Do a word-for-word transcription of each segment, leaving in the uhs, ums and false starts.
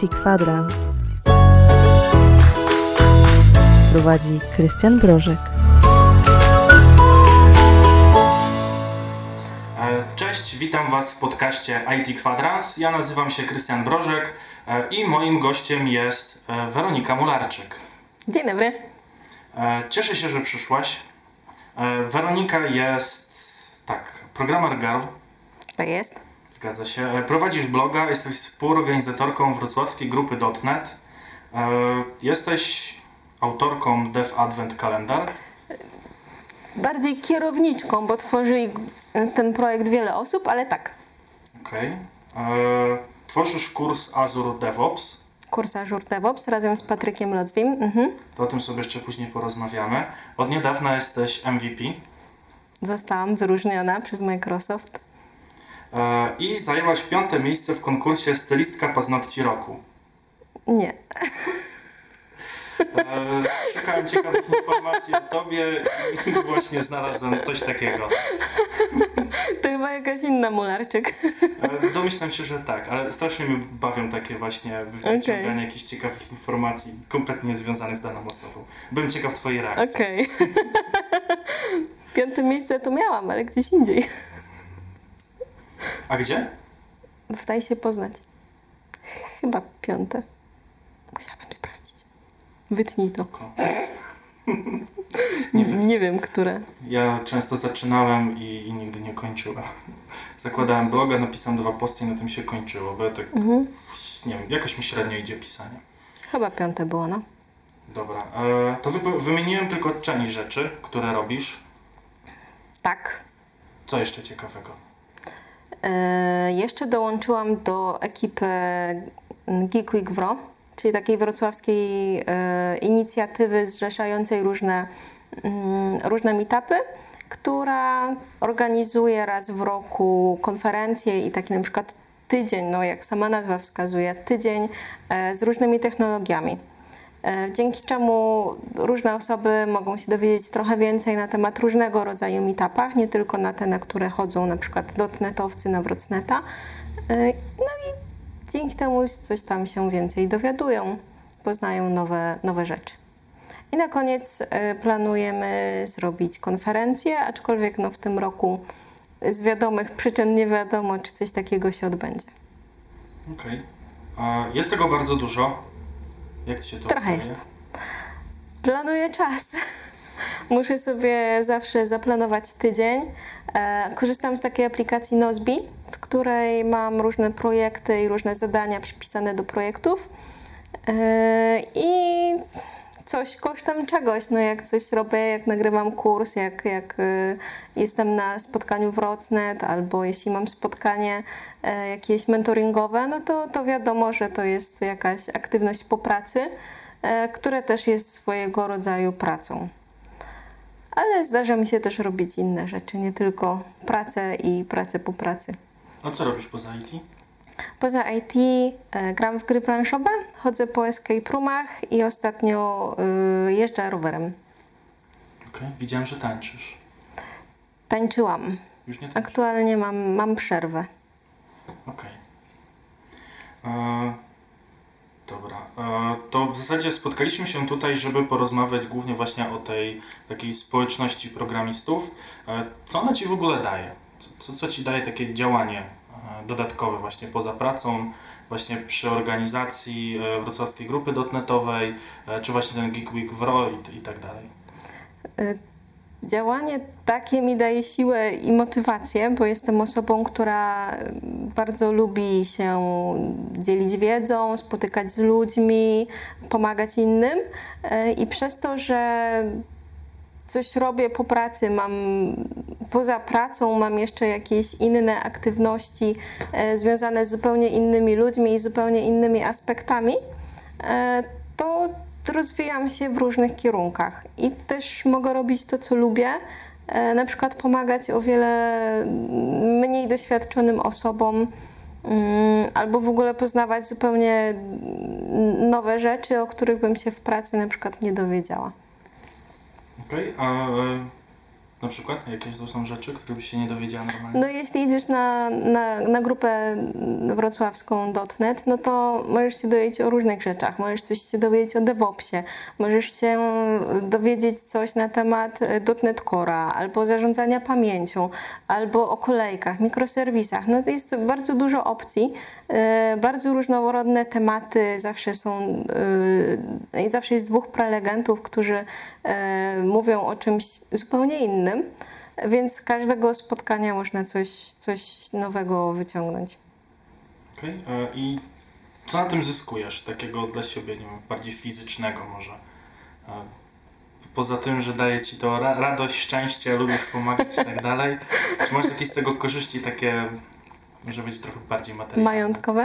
I T Kwadrans. Prowadzi Krystian Brożek. Cześć, witam Was w podcaście I T Kwadrans. Ja nazywam się Krystian Brożek i moim gościem jest Weronika Mularczyk. Dzień dobry. Cieszę się, że przyszłaś. Weronika jest, tak, programmer girl. Tak jest. Zgadza się. Prowadzisz bloga, jesteś współorganizatorką wrocławskiej grupy .dot net. Jesteś autorką Dev Advent Calendar. Bardziej kierowniczką, bo tworzy ten projekt wiele osób, ale tak. Okej. Okay. Tworzysz kurs Azure DevOps. Kurs Azure DevOps razem z Patrykiem Lodzwim. Mhm. To o tym sobie jeszcze później porozmawiamy. Od niedawna jesteś M V P. Zostałam wyróżniona przez Microsoft. I zajęłaś piąte miejsce w konkursie Stylistka Paznokci Roku. Nie. Szukałem ciekawych informacji o tobie i właśnie znalazłem coś takiego. To chyba jakaś inna Mularczyk. Domyślam się, że tak, ale strasznie mnie bawią takie właśnie wyciąganie okay. jakichś ciekawych informacji kompletnie związanych z daną osobą. Byłem ciekaw twojej reakcji. Okej. Okay. Piąte miejsce to miałam, ale gdzieś indziej. A gdzie? Daj się poznać. Chyba piąte. Musiałabym sprawdzić. Wytnij to. nie, wiem. nie wiem, które. Ja często zaczynałem i, i nigdy nie kończyłem. Zakładałem bloga, napisałem dwa posty i na tym się kończyło, bo ja tak, mhm. nie wiem, jakoś mi średnio idzie pisanie. Chyba piąte było, no. Dobra, e, to wy, wymieniłem tylko część rzeczy, które robisz. Tak. Co jeszcze ciekawego? E, jeszcze dołączyłam do ekipy Geek Week Wro, czyli takiej wrocławskiej e, inicjatywy zrzeszającej różne, mm, różne meetupy, która organizuje raz w roku konferencje i taki na przykład tydzień, no jak sama nazwa wskazuje, tydzień e, z różnymi technologiami. E, dzięki czemu różne osoby mogą się dowiedzieć trochę więcej na temat różnego rodzaju meetupach, nie tylko na te, na które chodzą na przykład dotnetowcy na Wrocneta. E, no i dzięki temu coś tam się więcej dowiadują, poznają nowe, nowe rzeczy. I na koniec y, planujemy zrobić konferencję, aczkolwiek no, w tym roku z wiadomych przyczyn nie wiadomo, czy coś takiego się odbędzie. Okej. Okay. Jest tego bardzo dużo. Jak Ci się to Trochę wydaje? jest. Planuję czas. Muszę sobie zawsze zaplanować tydzień. E, korzystam z takiej aplikacji Nozbe, w której mam różne projekty i różne zadania przypisane do projektów. E, I coś kosztem czegoś. No jak coś robię, jak nagrywam kurs, jak, jak y, jestem na spotkaniu w Wrocnet, albo jeśli mam spotkanie y, jakieś mentoringowe, no to, to wiadomo, że to jest jakaś aktywność po pracy, y, która też jest swojego rodzaju pracą. Ale zdarza mi się też robić inne rzeczy, nie tylko pracę i pracę po pracy. A co robisz poza I T? Poza I T e, gram w gry planszowe, chodzę po escape roomach i ostatnio y, jeżdżę rowerem. Okej, okay. Widziałem, że tańczysz. Tańczyłam. Już nie tańczysz? Aktualnie mam, mam przerwę. Okej. Okay. Dobra. E, to w zasadzie spotkaliśmy się tutaj, żeby porozmawiać głównie właśnie o tej takiej społeczności programistów. E, co ona Ci w ogóle daje? Co, co Ci daje takie działanie dodatkowe właśnie poza pracą, właśnie przy organizacji wrocławskiej grupy dotnetowej, czy właśnie ten Geek Week Wro i, i tak dalej? Działanie takie mi daje siłę i motywację, bo jestem osobą, która bardzo lubi się dzielić wiedzą, spotykać z ludźmi, pomagać innym i przez to, że coś robię po pracy, mam poza pracą mam jeszcze jakieś inne aktywności e, związane z zupełnie innymi ludźmi i zupełnie innymi aspektami, e, to rozwijam się w różnych kierunkach i też mogę robić to, co lubię, e, na przykład pomagać o wiele mniej doświadczonym osobom mm, albo w ogóle poznawać zupełnie nowe rzeczy, o których bym się w pracy na przykład nie dowiedziała. Okej, okay, a Na przykład? Jakieś to są rzeczy, które byś się nie dowiedziała normalnie? No jeśli idziesz na, na, na grupę wrocławską .dot net, no to możesz się dowiedzieć o różnych rzeczach. Możesz coś się dowiedzieć o DevOpsie, możesz się dowiedzieć coś na temat .dot net Core'a, albo zarządzania pamięcią, albo o kolejkach, mikroserwisach. No to jest bardzo dużo opcji, bardzo różnorodne tematy, zawsze są, i zawsze jest dwóch prelegentów, którzy mówią o czymś zupełnie innym. Więc z każdego spotkania można coś, coś nowego wyciągnąć. Okej. Okay. I co na tym zyskujesz? Takiego dla siebie, nie wiem, bardziej fizycznego może? Poza tym, że daje ci to ra- radość, szczęście, lubisz pomagać i tak dalej. Czy masz jakieś z tego korzyści takie, może być trochę bardziej materialne? Majątkowe?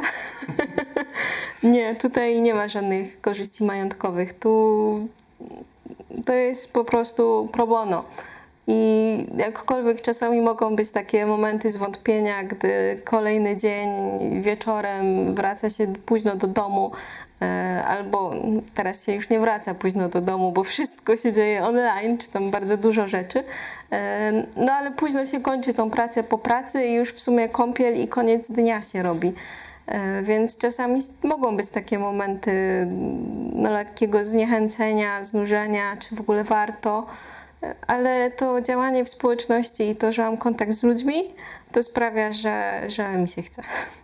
Nie, tutaj nie ma żadnych korzyści majątkowych. Tu to jest po prostu pro bono. I jakkolwiek czasami mogą być takie momenty zwątpienia, gdy kolejny dzień wieczorem wraca się późno do domu, albo teraz się już nie wraca późno do domu, bo wszystko się dzieje online, czy tam bardzo dużo rzeczy. No ale późno się kończy tą pracę po pracy i już w sumie kąpiel i koniec dnia się robi. Więc czasami mogą być takie momenty no, lekkiego zniechęcenia, znużenia, czy w ogóle warto. Ale to działanie w społeczności i to, że mam kontakt z ludźmi, to sprawia, że, że mi się chce.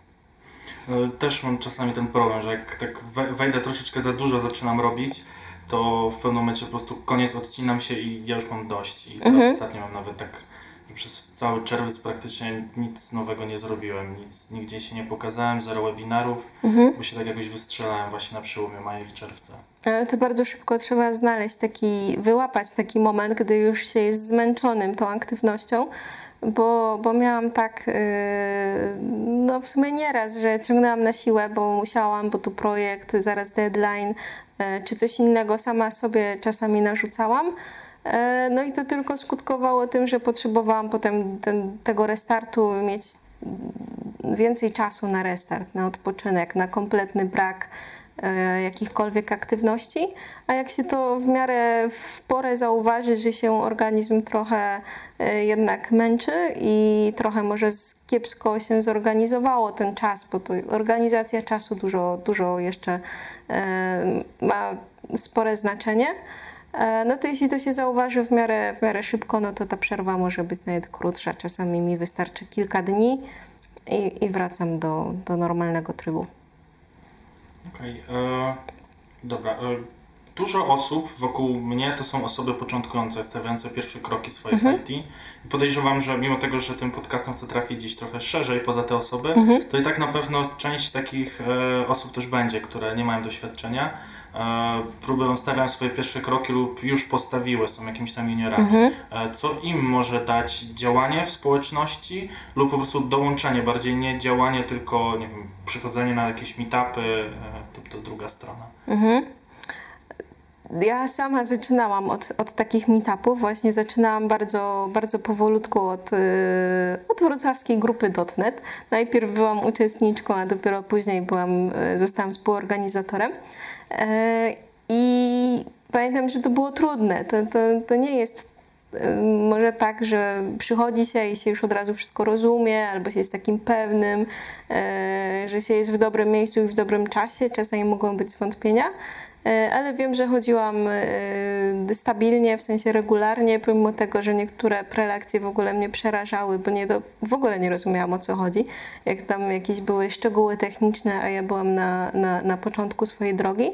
Też mam czasami ten problem, że jak tak wejdę troszeczkę za dużo, zaczynam robić, to w pewnym momencie po prostu koniec, odcinam się i ja już mam dość. I teraz mhm. ostatnio mam nawet tak, że przez cały czerwiec praktycznie nic nowego nie zrobiłem, nic, nigdzie się nie pokazałem, zero webinarów, mhm. bo się tak jakoś wystrzelałem właśnie na przełomie maja i czerwca. Ale to bardzo szybko trzeba znaleźć taki, wyłapać taki moment, gdy już się jest zmęczonym tą aktywnością, bo, bo miałam tak, yy, no w sumie nieraz, że ciągnęłam na siłę, bo musiałam, bo tu projekt, zaraz deadline, yy, czy coś innego sama sobie czasami narzucałam. Yy, no i to tylko skutkowało tym, że potrzebowałam potem ten, tego restartu, mieć więcej czasu na restart, na odpoczynek, na kompletny brak jakichkolwiek aktywności, a jak się to w miarę w porę zauważy, że się organizm trochę jednak męczy i trochę może kiepsko się zorganizowało ten czas, bo to organizacja czasu dużo, dużo jeszcze ma spore znaczenie, no to jeśli to się zauważy w miarę, w miarę szybko, no to ta przerwa może być nawet krótsza. Czasami mi wystarczy kilka dni i, i wracam do, do normalnego trybu. Okej, okay. Dobra. E, dużo osób wokół mnie to są osoby początkujące, stawiające pierwsze kroki swoich mhm. I T. I podejrzewam, że mimo tego, że tym podcastem chcę trafić gdzieś trochę szerzej poza te osoby, mhm. to i tak na pewno część takich e, osób też będzie, które nie mają doświadczenia, e, próbują, stawiają swoje pierwsze kroki lub już postawiły, są jakimiś tam juniorami. Mhm. E, co im może dać działanie w społeczności lub po prostu dołączenie, bardziej nie działanie, tylko nie wiem, przychodzenie na jakieś meetupy, e, to, to druga strona. Mhm. Ja sama zaczynałam od, od takich meetupów, właśnie zaczynałam bardzo, bardzo powolutku od, od wrocławskiej grupy .dot net. Najpierw byłam uczestniczką, a dopiero później byłam, zostałam współorganizatorem. I pamiętam, że to było trudne. To, to, to nie jest może tak, że przychodzi się i się już od razu wszystko rozumie, albo się jest takim pewnym, że się jest w dobrym miejscu i w dobrym czasie. Czasami mogą być zwątpienia. Ale wiem, że chodziłam stabilnie, w sensie regularnie, pomimo tego, że niektóre prelekcje w ogóle mnie przerażały, bo nie do, w ogóle nie rozumiałam, o co chodzi. Jak tam jakieś były szczegóły techniczne, a ja byłam na, na, na początku swojej drogi.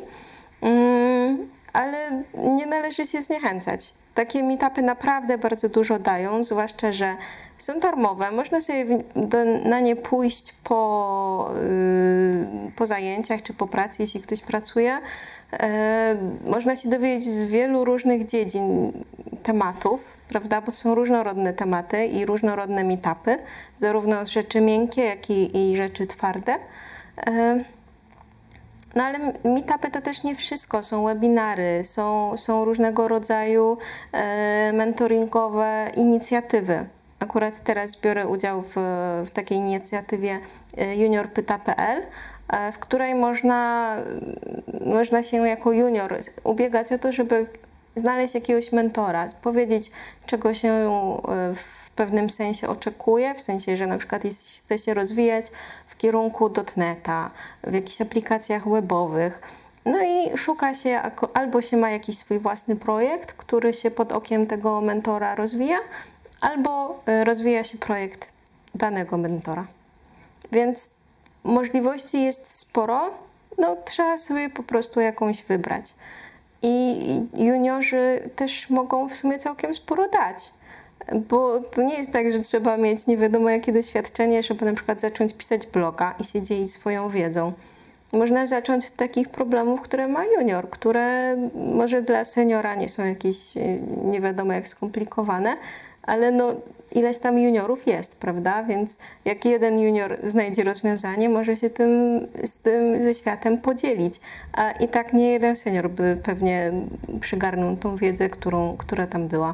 Ale nie należy się zniechęcać. Takie meetupy naprawdę bardzo dużo dają, zwłaszcza, że są darmowe. Można sobie do, na nie pójść po, yy, po zajęciach czy po pracy, jeśli ktoś pracuje. Yy, można się dowiedzieć z wielu różnych dziedzin tematów, prawda? Bo są różnorodne tematy i różnorodne meetupy, zarówno rzeczy miękkie, jak i, i rzeczy twarde. Yy. No ale meetupy to też nie wszystko, są webinary, są, są różnego rodzaju e, mentoringowe inicjatywy. Akurat teraz biorę udział w, w takiej inicjatywie junior pyta kropka pe el, e, w której można, można się jako junior ubiegać o to, żeby znaleźć jakiegoś mentora, powiedzieć, czego się w pewnym sensie oczekuje, w sensie, że na przykład jeśli chce się rozwijać w kierunku dotneta, w jakichś aplikacjach webowych, no i szuka się, albo się ma jakiś swój własny projekt, który się pod okiem tego mentora rozwija, albo rozwija się projekt danego mentora. Więc możliwości jest sporo, no trzeba sobie po prostu jakąś wybrać. I juniorzy też mogą w sumie całkiem sporo dać, bo to nie jest tak, że trzeba mieć nie wiadomo jakie doświadczenie, żeby na przykład zacząć pisać bloga i się dzielić swoją wiedzą. Można zacząć od takich problemów, które ma junior, które może dla seniora nie są jakieś nie wiadomo jak skomplikowane, ale no ileś tam juniorów jest, prawda? Więc jak jeden junior znajdzie rozwiązanie, może się tym, z tym ze światem podzielić. A i tak nie jeden senior by pewnie przygarnął tą wiedzę, którą, która tam była.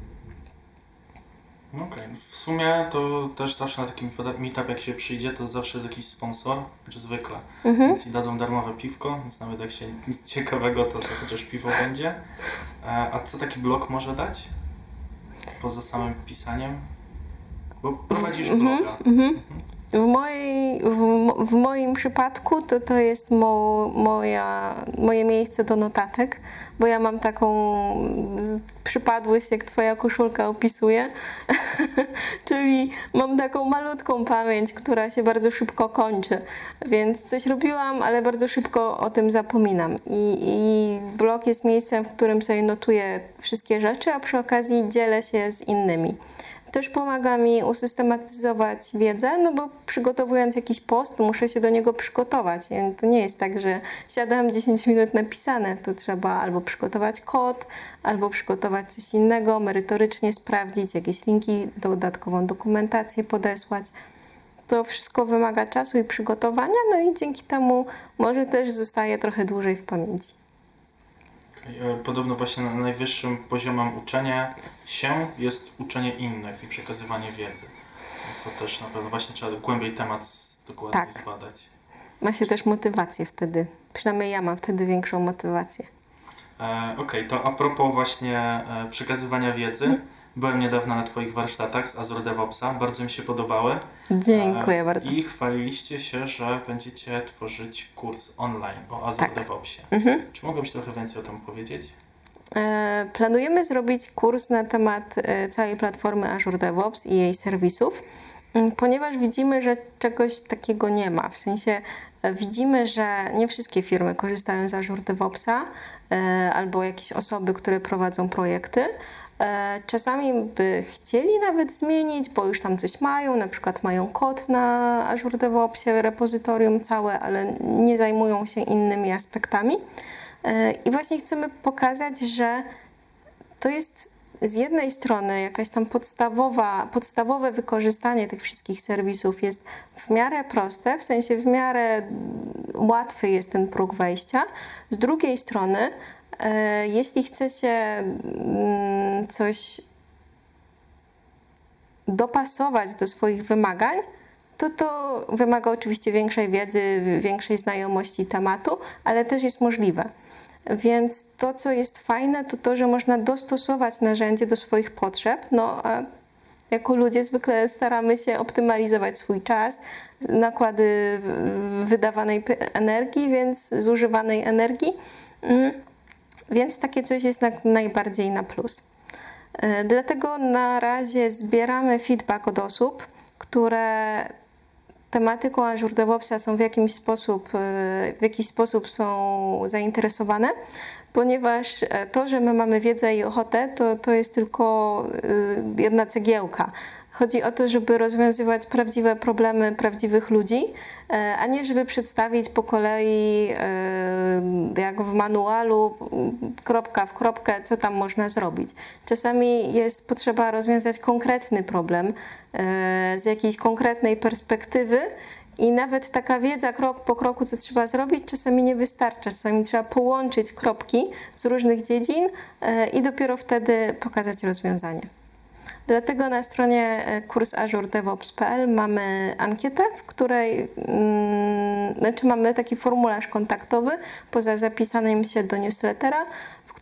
Okej. Okay. W sumie to też zawsze na takim meetup jak się przyjdzie, to zawsze jest jakiś sponsor, czy zwykle. Mhm. Więc i dadzą darmowe piwko, więc nawet jak się nic ciekawego, to, to chociaż piwo będzie. A co taki blog może dać? Poza samym pisaniem? Bo prowadzisz bloga. Mhm. W, mojej, w, w moim przypadku to, to jest mo, moja, moje miejsce do notatek, bo ja mam taką przypadłość, jak twoja koszulka opisuje, czyli mam taką malutką pamięć, która się bardzo szybko kończy, więc coś robiłam, ale bardzo szybko o tym zapominam. I, i blog jest miejscem, w którym sobie notuję wszystkie rzeczy, a przy okazji dzielę się z innymi. Też pomaga mi usystematyzować wiedzę, no bo przygotowując jakiś post, muszę się do niego przygotować. To nie jest tak, że siadam dziesięć minut napisane. To trzeba albo przygotować kod, albo przygotować coś innego, merytorycznie sprawdzić, jakieś linki, dodatkową dokumentację podesłać. To wszystko wymaga czasu i przygotowania, no i dzięki temu może też zostaje trochę dłużej w pamięci. Podobno właśnie na najwyższym poziomem uczenia się jest uczenie innych i przekazywanie wiedzy. To też na pewno właśnie trzeba głębiej temat dokładnie tak. zbadać. Ma się też motywację wtedy. Przynajmniej ja mam wtedy większą motywację. E, Okej, okay, to a propos właśnie e, przekazywania wiedzy. Hmm. Byłem niedawno na twoich warsztatach z Azure DevOpsa. Bardzo mi się podobały. Dziękuję e, bardzo. I chwaliliście się, że będziecie tworzyć kurs online o Azure tak. DevOpsie. Mhm. Czy mogłabyś trochę więcej o tym powiedzieć? E, planujemy zrobić kurs na temat e, całej platformy Azure DevOps i jej serwisów, ponieważ widzimy, że czegoś takiego nie ma. W sensie e, widzimy, że nie wszystkie firmy korzystają z Azure DevOpsa e, albo jakieś osoby, które prowadzą projekty. Czasami by chcieli nawet zmienić, bo już tam coś mają, na przykład mają kod na Azure DevOpsie, repozytorium całe, ale nie zajmują się innymi aspektami. I właśnie chcemy pokazać, że to jest z jednej strony jakaś tam podstawowa, podstawowe wykorzystanie tych wszystkich serwisów jest w miarę proste, w sensie w miarę łatwy jest ten próg wejścia. Z drugiej strony jeśli chce się coś dopasować do swoich wymagań, to to wymaga oczywiście większej wiedzy, większej znajomości tematu, ale też jest możliwe. Więc to, co jest fajne, to to, że można dostosować narzędzie do swoich potrzeb. No, a jako ludzie zwykle staramy się optymalizować swój czas, nakłady wydawanej energii, więc zużywanej energii. Więc takie coś jest najbardziej na plus. Dlatego na razie zbieramy feedback od osób, które tematyką Azure DevOpsa są w jakimś sposób, w jakiś sposób są zainteresowane, ponieważ to, że my mamy wiedzę i ochotę, to, to jest tylko jedna cegiełka. Chodzi o to, żeby rozwiązywać prawdziwe problemy prawdziwych ludzi, a nie żeby przedstawić po kolei, jak w manualu, kropka w kropkę, co tam można zrobić. Czasami jest potrzeba rozwiązać konkretny problem z jakiejś konkretnej perspektywy i nawet taka wiedza krok po kroku, co trzeba zrobić, czasami nie wystarcza. Czasami trzeba połączyć kropki z różnych dziedzin i dopiero wtedy pokazać rozwiązanie. Dlatego na stronie kurs azure devops kropka p l mamy ankietę, w której mm, znaczy mamy taki formularz kontaktowy poza zapisaniem się do newslettera, w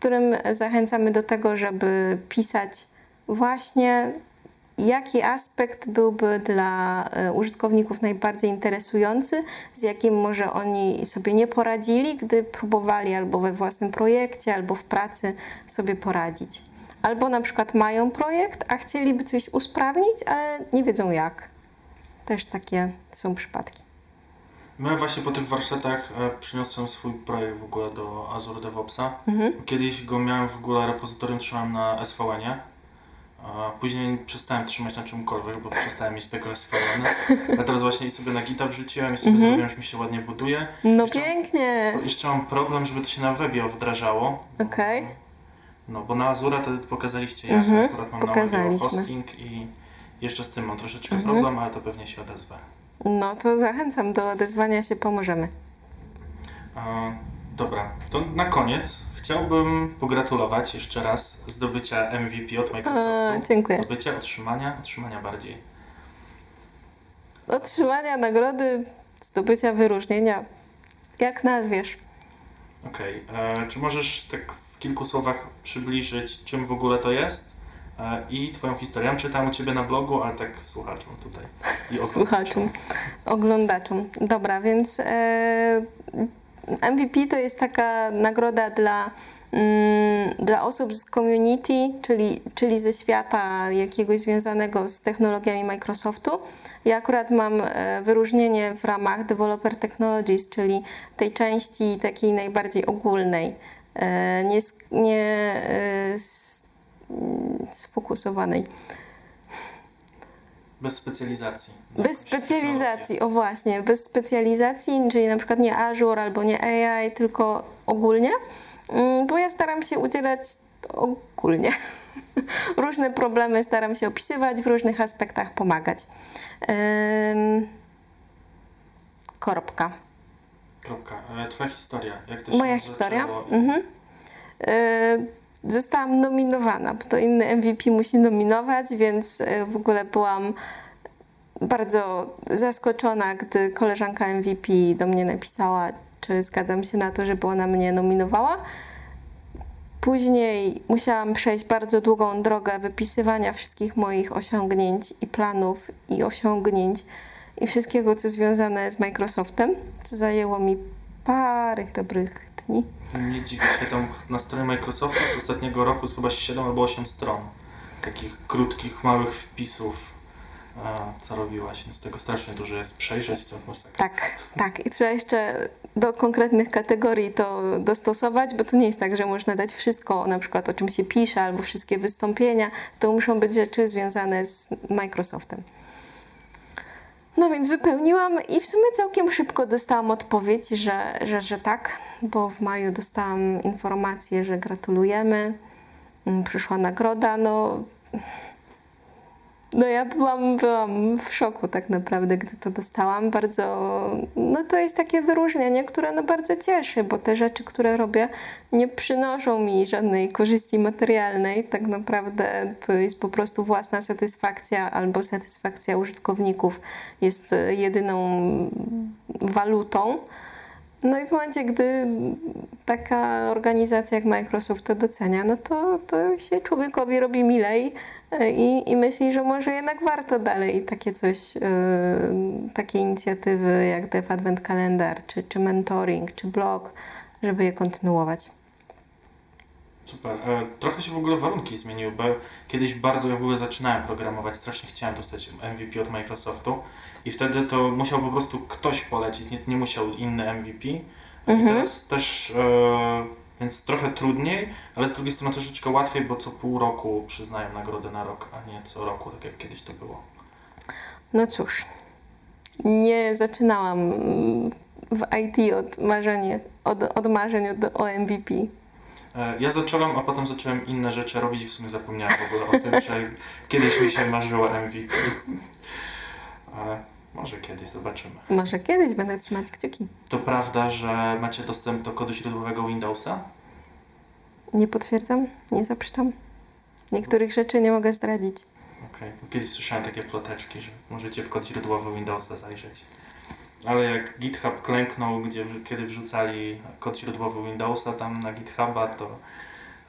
którym zachęcamy do tego, żeby pisać właśnie jaki aspekt byłby dla użytkowników najbardziej interesujący, z jakim może oni sobie nie poradzili, gdy próbowali albo we własnym projekcie, albo w pracy sobie poradzić. Albo na przykład mają projekt, a chcieliby coś usprawnić, ale nie wiedzą jak. Też takie są przypadki. My właśnie po tych warsztatach e, przyniosłem swój projekt w ogóle do Azure DevOpsa. Mhm. Kiedyś go miałem w ogóle, repozytorium trzymałem na S V N-ie. A później przestałem trzymać na czymkolwiek, bo przestałem mieć tego S V N. A teraz właśnie i sobie na Gita wrzuciłem i sobie Mhm. zrobiłem, że mi się ładnie buduje. No jeszcze, pięknie! Jeszcze mam problem, żeby to się na webie wdrażało. Okej. No bo na Azura to pokazaliście jak, Mhm, akurat mam na pokazaliśmy. audio hosting i jeszcze z tym mam troszeczkę Mhm. problem, ale to pewnie się odezwę. No to zachęcam do odezwania się, pomożemy. E, dobra, to na koniec chciałbym pogratulować jeszcze raz zdobycia M V P od Microsoftu. A, dziękuję. Zdobycia, otrzymania, otrzymania bardziej. Otrzymania nagrody, zdobycia wyróżnienia, jak nazwiesz. Okej, okay. Czy możesz tak w kilku słowach przybliżyć, czym w ogóle to jest e, i Twoją historię? Ja czytam u Ciebie na blogu, ale tak słuchaczom tutaj i oglądaczom. Słuchaczom, oglądaczom. Dobra, więc e, M V P to jest taka nagroda dla, mm, dla osób z community, czyli, czyli ze świata jakiegoś związanego z technologiami Microsoftu. Ja akurat mam e, wyróżnienie w ramach Developer Technologies, czyli tej części takiej najbardziej ogólnej, e, nie, nie e, s- sfokusowanej. Bez specjalizacji. Bez specjalizacji, o właśnie, bez specjalizacji, czyli na przykład nie Azure albo nie A I, tylko ogólnie, Mm, bo ja staram się udzielać ogólnie. Różne problemy staram się opisywać, w różnych aspektach pomagać. Ym... Koropka. Kropka. E, Twoja historia. Jak to się Moja zaczęło? historia. Mhm. Y, Zostałam nominowana, bo to inny M V P musi nominować, więc y, w ogóle byłam bardzo zaskoczona, gdy koleżanka M V P do mnie napisała, czy zgadzam się na to, żeby ona mnie nominowała. Później musiałam przejść bardzo długą drogę wypisywania wszystkich moich osiągnięć i planów i osiągnięć i wszystkiego, co związane z Microsoftem, co zajęło mi parę dobrych dni. Nie dziwię się, tam na stronie Microsoftu z ostatniego roku jest chyba siedem albo osiem stron. Takich krótkich, małych wpisów, e, co robiłaś. Z tego strasznie dużo jest. Przejrzeć to masakra. Tak, tak. I trzeba jeszcze do konkretnych kategorii to dostosować, bo to nie jest tak, że można dać wszystko, na przykład o czym się pisze, albo wszystkie wystąpienia. To muszą być rzeczy związane z Microsoftem. No więc wypełniłam i w sumie całkiem szybko dostałam odpowiedź, że, że, że tak, bo w maju dostałam informację, że gratulujemy, przyszła nagroda, no... No ja byłam, byłam w szoku tak naprawdę, gdy to dostałam. Bardzo, no to jest takie wyróżnienie, które no bardzo cieszy, bo te rzeczy, które robię, nie przynoszą mi żadnej korzyści materialnej. Tak naprawdę to jest po prostu własna satysfakcja albo satysfakcja użytkowników jest jedyną walutą. No i w momencie, gdy taka organizacja jak Microsoft to docenia, no to, to się człowiekowi robi milej i, i myśli, że może jednak warto dalej takie coś, yy, takie inicjatywy jak Dev Advent Calendar, czy, czy mentoring, czy blog, żeby je kontynuować. Super. E, trochę się w ogóle warunki zmieniły, bo kiedyś bardzo, ja w ogóle zaczynałem programować, strasznie chciałem dostać M V P od Microsoftu i wtedy to musiał po prostu ktoś polecić, nie, nie musiał inny M V P. Mhm. I teraz też, e, więc trochę trudniej, ale z drugiej strony troszeczkę łatwiej, bo co pół roku przyznają nagrodę na rok, a nie co roku, tak jak kiedyś to było. No cóż, nie zaczynałam w I T od, marzenie, od, od marzeń od, o M V P. Ja zacząłem, a potem zacząłem inne rzeczy robić i w sumie zapomniałem w ogóle o tym, że kiedyś mi się marzyło M V P. Ale może kiedyś, zobaczymy. Może kiedyś będę trzymać kciuki. To prawda, że macie dostęp do kodu źródłowego Windowsa? Nie potwierdzam, nie zaprzeczam. Niektórych rzeczy nie mogę zdradzić. Okej, okay. Kiedyś słyszałem takie ploteczki, że możecie w kod źródłowy Windowsa zajrzeć. Ale jak GitHub klęknął, gdzie kiedy wrzucali kod źródłowy Windowsa tam na GitHuba, to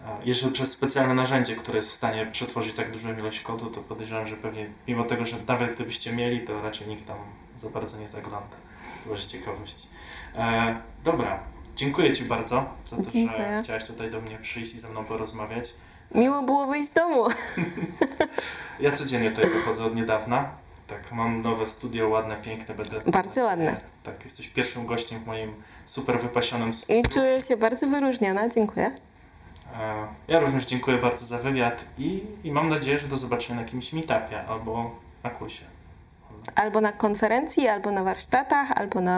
Jeszcze przez specjalne narzędzie, które jest w stanie przetworzyć tak dużą ilość kodu, to podejrzewam, że pewnie mimo tego, że nawet gdybyście mieli, to raczej nikt tam za bardzo nie zagląda. Chyba, że ciekawości. E, dobra, dziękuję Ci bardzo za to, Dziękuję. że chciałaś tutaj do mnie przyjść i ze mną porozmawiać. Miło było wyjść z domu. Ja codziennie tutaj wychodzę od niedawna. Tak, mam nowe studio, ładne, piękne. Będę Bardzo ładne. Tak, jesteś pierwszym gościem w moim super wypasionym studiu. I czuję się bardzo wyróżniona. Dziękuję. E, Ja również dziękuję bardzo za wywiad i, i mam nadzieję, że do zobaczenia na jakimś meetupie albo na kursie. Albo na konferencji, albo na warsztatach, albo na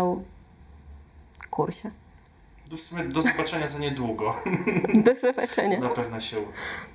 kursie. Do, w sumie do zobaczenia za niedługo. Do zobaczenia. Na pewno się uda.